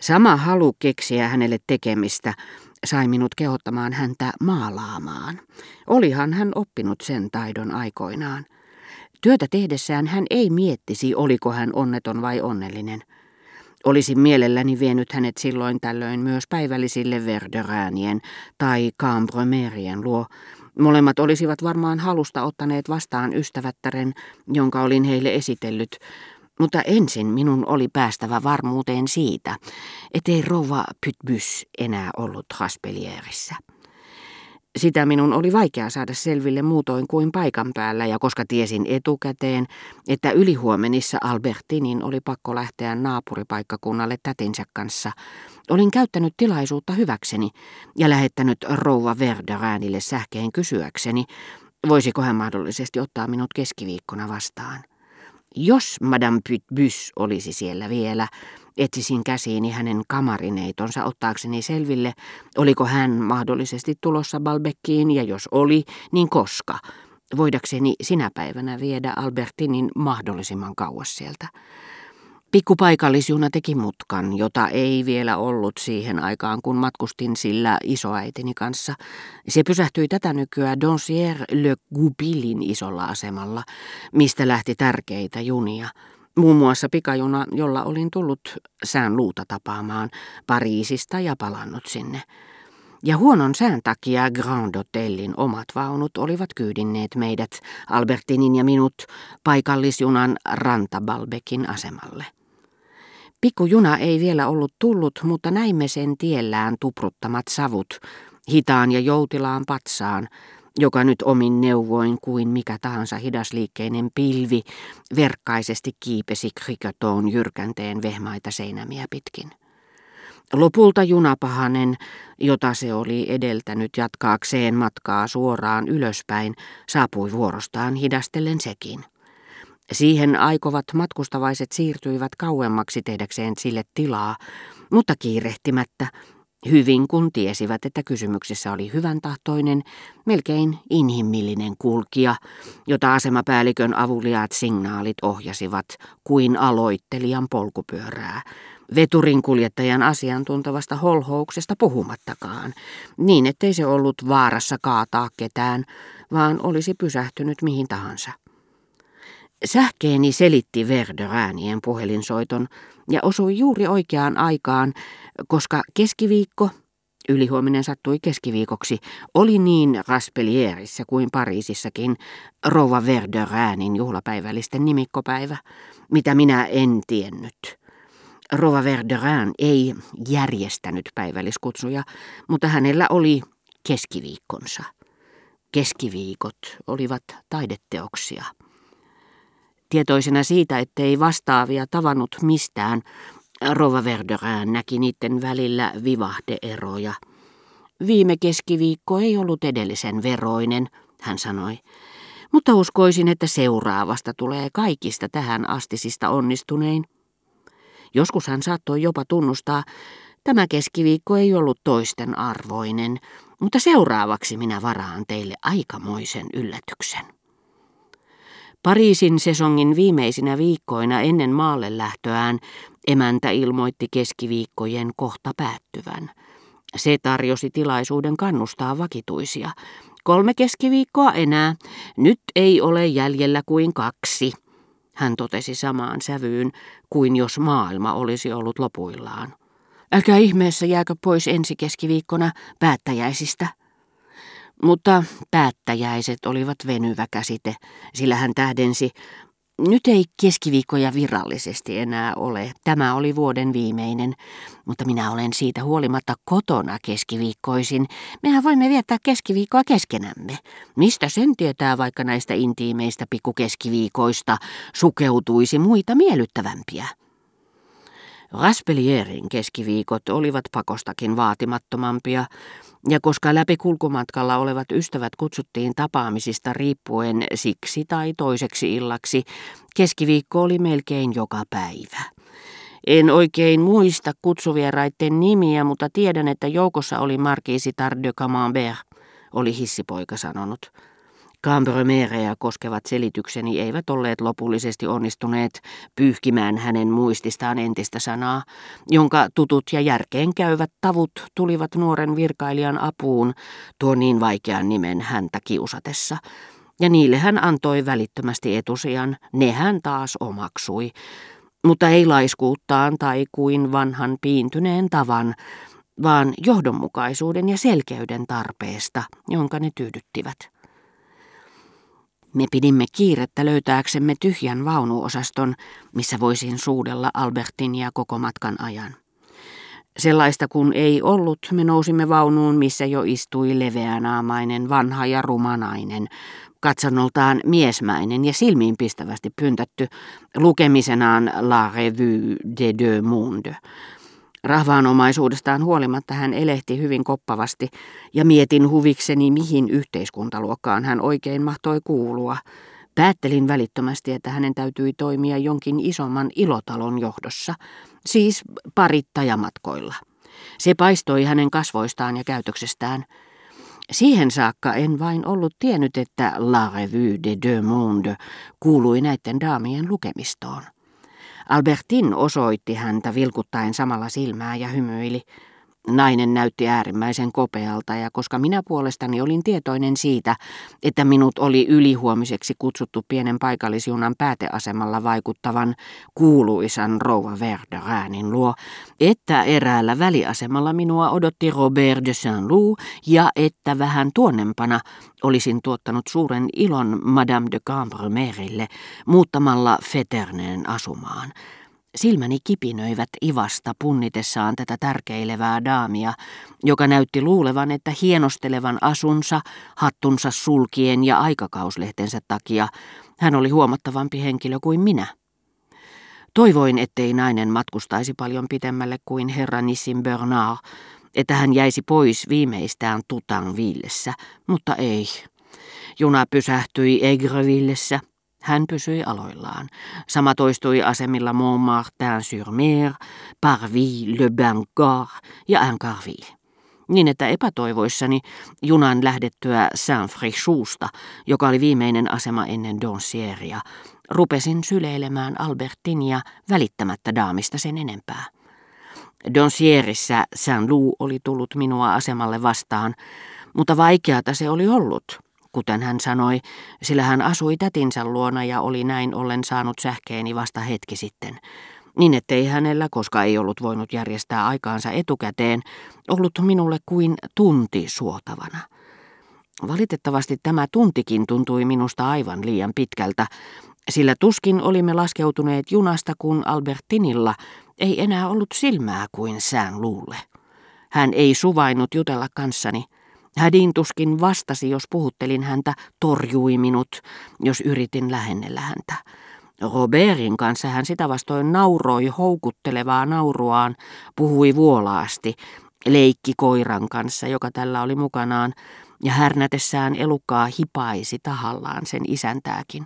Sama halu keksiä hänelle tekemistä sai minut kehottamaan häntä maalaamaan. Olihan hän oppinut sen taidon aikoinaan. Työtä tehdessään hän ei miettisi, oliko hän onneton vai onnellinen. Olisin mielelläni vienyt hänet silloin tällöin myös päivällisille Verderäänien tai Cambremerien luo. Molemmat olisivat varmaan halusta ottaneet vastaan ystävättären, jonka olin heille esitellyt, mutta ensin minun oli päästävä varmuuteen siitä, ettei rouva Putbus enää ollut Raspellierissä. Sitä minun oli vaikea saada selville muutoin kuin paikan päällä, ja koska tiesin etukäteen, että ylihuomenissa Albertinin oli pakko lähteä naapuripaikkakunnalle tätinsä kanssa, olin käyttänyt tilaisuutta hyväkseni ja lähettänyt rouva Verderäänille sähkeen kysyäkseni, voisiko hän mahdollisesti ottaa minut keskiviikkona vastaan. Jos Madame Putbus olisi siellä vielä, etsisin käsiini hänen kamarineitonsa ottaakseni selville, oliko hän mahdollisesti tulossa Balbeckiin, ja jos oli, niin koska, voidakseni sinä päivänä viedä Albertinin mahdollisimman kauas sieltä. Pikkupaikallisjuna teki mutkan, jota ei vielä ollut siihen aikaan, kun matkustin sillä isoäitini kanssa. Se pysähtyi tätä nykyään Doncières-le-Goupilin isolla asemalla, mistä lähti tärkeitä junia. Muun muassa pikajuna, jolla olin tullut Saint-Louta tapaamaan Pariisista ja palannut sinne. Ja huonon sään takia Grand Hotellin omat vaunut olivat kyydinneet meidät, Albertinin ja minut, paikallisjunan Ranta-Balbeckin asemalle. Pikkujuna ei vielä ollut tullut, mutta näimme sen tiellään tupruttamat savut, hitaan ja joutilaan patsaan, joka nyt omin neuvoin kuin mikä tahansa hidasliikkeinen pilvi verkkaisesti kiipesi Criqueton jyrkänteen vehmaita seinämiä pitkin. Lopulta junapahanen, jota se oli edeltänyt jatkaakseen matkaa suoraan ylöspäin, saapui vuorostaan hidastellen sekin. Siihen aikovat matkustavaiset siirtyivät kauemmaksi tehdäkseen sille tilaa, mutta kiirehtimättä, hyvin kun tiesivät, että kysymyksessä oli hyvän tahtoinen, melkein inhimillinen kulkija, jota asemapäällikön avuliaat signaalit ohjasivat kuin aloittelijan polkupyörää, veturin kuljettajan asiantuntevasta holhouksesta puhumattakaan, niin ettei se ollut vaarassa kaataa ketään, vaan olisi pysähtynyt mihin tahansa. Sähkeeni selitti Verderäänien puhelinsoiton ja osui juuri oikeaan aikaan, koska keskiviikko, ylihuominen sattui keskiviikoksi, oli niin Raspellierissä kuin Pariisissakin rouva Verderäänin juhlapäivällisten nimikkopäivä, mitä minä en tiennyt. Rouva Verderään ei järjestänyt päivälliskutsuja, mutta hänellä oli keskiviikkonsa. Keskiviikot olivat taideteoksia. Tietoisena siitä, ettei vastaavia tavannut mistään, rouva Verderään näki niiden välillä vivahdeeroja. Viime keskiviikko ei ollut edellisen veroinen, hän sanoi, mutta uskoisin, että seuraavasta tulee kaikista tähän astisista onnistunein. Joskus hän saattoi jopa tunnustaa, tämä keskiviikko ei ollut toisten arvoinen, mutta seuraavaksi minä varaan teille aikamoisen yllätyksen. Pariisin sesongin viimeisinä viikkoina ennen maalle lähtöään emäntä ilmoitti keskiviikkojen kohta päättyvän. Se tarjosi tilaisuuden kannustaa vakituisia. 3 keskiviikkoa enää, nyt ei ole jäljellä kuin 2, hän totesi samaan sävyyn kuin jos maailma olisi ollut lopuillaan. Älkää ihmeessä jääkö pois ensi keskiviikkona päättäjäisistä. Mutta päättäjäiset olivat venyvä käsite, sillä hän tähdensi, nyt ei keskiviikkoja virallisesti enää ole, tämä oli vuoden viimeinen, mutta minä olen siitä huolimatta kotona keskiviikkoisin. Mehän voimme viettää keskiviikkoa keskenämme. Mistä sen tietää, vaikka näistä intiimeistä pikkukeskiviikoista sukeutuisi muita miellyttävämpiä? Raspellierin keskiviikot olivat pakostakin vaatimattomampia, ja koska läpikulkumatkalla olevat ystävät kutsuttiin tapaamisista riippuen siksi tai toiseksi illaksi, keskiviikko oli melkein joka päivä. En oikein muista kutsuvieraiden nimiä, mutta tiedän, että joukossa oli markiisitar de Camembert, oli hissipoika sanonut. Cambremereä koskevat selitykseni eivät olleet lopullisesti onnistuneet pyyhkimään hänen muististaan entistä sanaa, jonka tutut ja järkeenkäyvät tavut tulivat nuoren virkailijan apuun tuo niin vaikean nimen häntä kiusatessa. Ja niille hän antoi välittömästi etusijan, ne hän taas omaksui, mutta ei laiskuuttaan tai kuin vanhan piintyneen tavan, vaan johdonmukaisuuden ja selkeyden tarpeesta, jonka ne tyydyttivät. Me pidimme kiirettä löytääksemme tyhjän vaunuosaston, missä voisin suudella Albertinia koko matkan ajan. Sellaista kun ei ollut, me nousimme vaunuun, missä jo istui leveänaamainen vanha ja ruma nainen, katsannoltaan miesmäinen ja silmiinpistävästi pyntätty, lukemisenaan La Revue des Deux Mondes. Rahvaanomaisuudestaan huolimatta hän elehti hyvin koppavasti ja mietin huvikseni, mihin yhteiskuntaluokkaan hän oikein mahtoi kuulua. Päättelin välittömästi, että hänen täytyi toimia jonkin isomman ilotalon johdossa, siis parittajamatkoilla. Se paistoi hänen kasvoistaan ja käytöksestään. Siihen saakka en vain ollut tiennyt, että La Revue des Deux Mondes kuului näiden daamien lukemistoon. Albertine osoitti häntä vilkuttaen samalla silmää ja hymyili. Nainen näytti äärimmäisen kopealta ja koska minä puolestani olin tietoinen siitä, että minut oli ylihuomiseksi kutsuttu pienen paikallisjunan pääteasemalla vaikuttavan kuuluisan rouva Verderäänin luo, että eräällä väliasemalla minua odotti Robert de Saint-Loup ja että vähän tuonnempana olisin tuottanut suuren ilon Madame de Cambremerelle muuttamalla Feterneen asumaan. Silmäni kipinöivät ivasta punnitessaan tätä tärkeilevää daamia, joka näytti luulevan, että hienostelevan asunsa, hattunsa sulkien ja aikakauslehtensä takia hän oli huomattavampi henkilö kuin minä. Toivoin, ettei nainen matkustaisi paljon pitemmälle kuin herra Nissim Bernard, että hän jäisi pois viimeistään Toutanvillessä, mutta ei. Juna pysähtyi Aigrevillessä. Hän pysyi aloillaan. Sama toistui asemilla Montmartin-sur-Mer, Parvis-le-Bain-Gard ja Incarville. Niin että epätoivoissani junan lähdettyä Saint-Frichousta, joka oli viimeinen asema ennen Doncieria, rupesin syleilemään Albertinia välittämättä daamista sen enempää. Doncierissä Saint-Loup oli tullut minua asemalle vastaan, mutta vaikeata se oli ollut. Kuten hän sanoi, sillä hän asui tätinsä luona ja oli näin ollen saanut sähkeeni vasta hetki sitten. Niin ettei hänellä, koska ei ollut voinut järjestää aikaansa etukäteen, ollut minulle kuin tunti suotavana. Valitettavasti tämä tuntikin tuntui minusta aivan liian pitkältä, sillä tuskin olimme laskeutuneet junasta, kun Albertinilla ei enää ollut silmää kuin Saint-Loulle. Hän ei suvainnut jutella kanssani. Hädin tuskin vastasi, jos puhuttelin häntä, torjui minut, jos yritin lähennellä häntä. Robertin kanssa hän sitä vastoin nauroi houkuttelevaa nauruaan, puhui vuolaasti, leikki koiran kanssa, joka tällä oli mukanaan, ja härnätessään elukkaa hipaisi tahallaan sen isäntääkin.